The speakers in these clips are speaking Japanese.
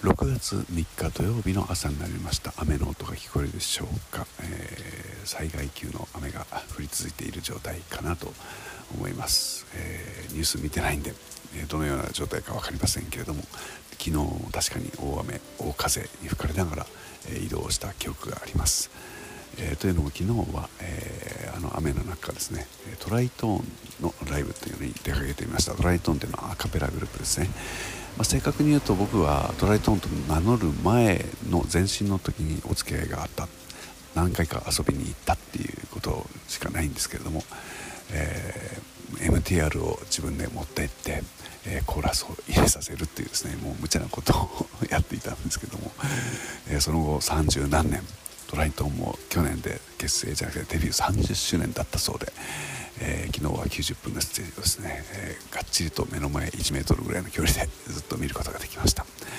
6月3日土曜日の朝になりました。雨の音が聞こえるでしょうか。災害級の雨が降り続いている状態かなと思います。ニュース見てないんで、どのような状態か分かりませんけれども、昨日確かに大雨大風に吹かれながら、移動した記憶があります。というのも昨日は、雨の中ですね、トライトーンのライブというのに出かけていました。トライトーンというのはアカペラグループですね。正確に言うと僕はトライトーンと名乗る前の前身の時にお付き合いがあった、何回か遊びに行ったっていうことしかないんですけれども、MTR を自分で持って行って、コーラスを入れさせるっていうですね、もう無茶なことをやっていたんですけども、その後30何年、トライトーンも去年で結成じゃなくてデビュー30周年だったそうで、昨日は90分のステージをですね、がっちりと目の前1メートルぐらいの距離でずっと見ることができました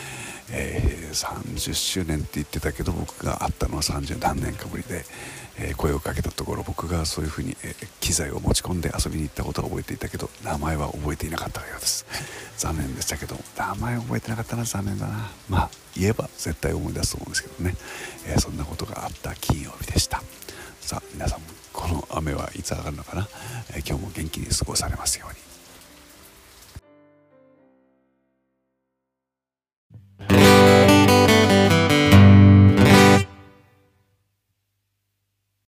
。30周年って言ってたけど、僕が会ったのは30何年かぶりで、声をかけたところ、僕がそういうふうに、機材を持ち込んで遊びに行ったことは覚えていたけど、名前は覚えていなかったようです。残念でしたけど、名前覚えてなかったな、残念だな。言えば絶対思い出すと思うんですけどね、そんなことがあった金曜日でした。さあ皆さんもこの雨はいつ上がるのかな。今日も元気に過ごされますように。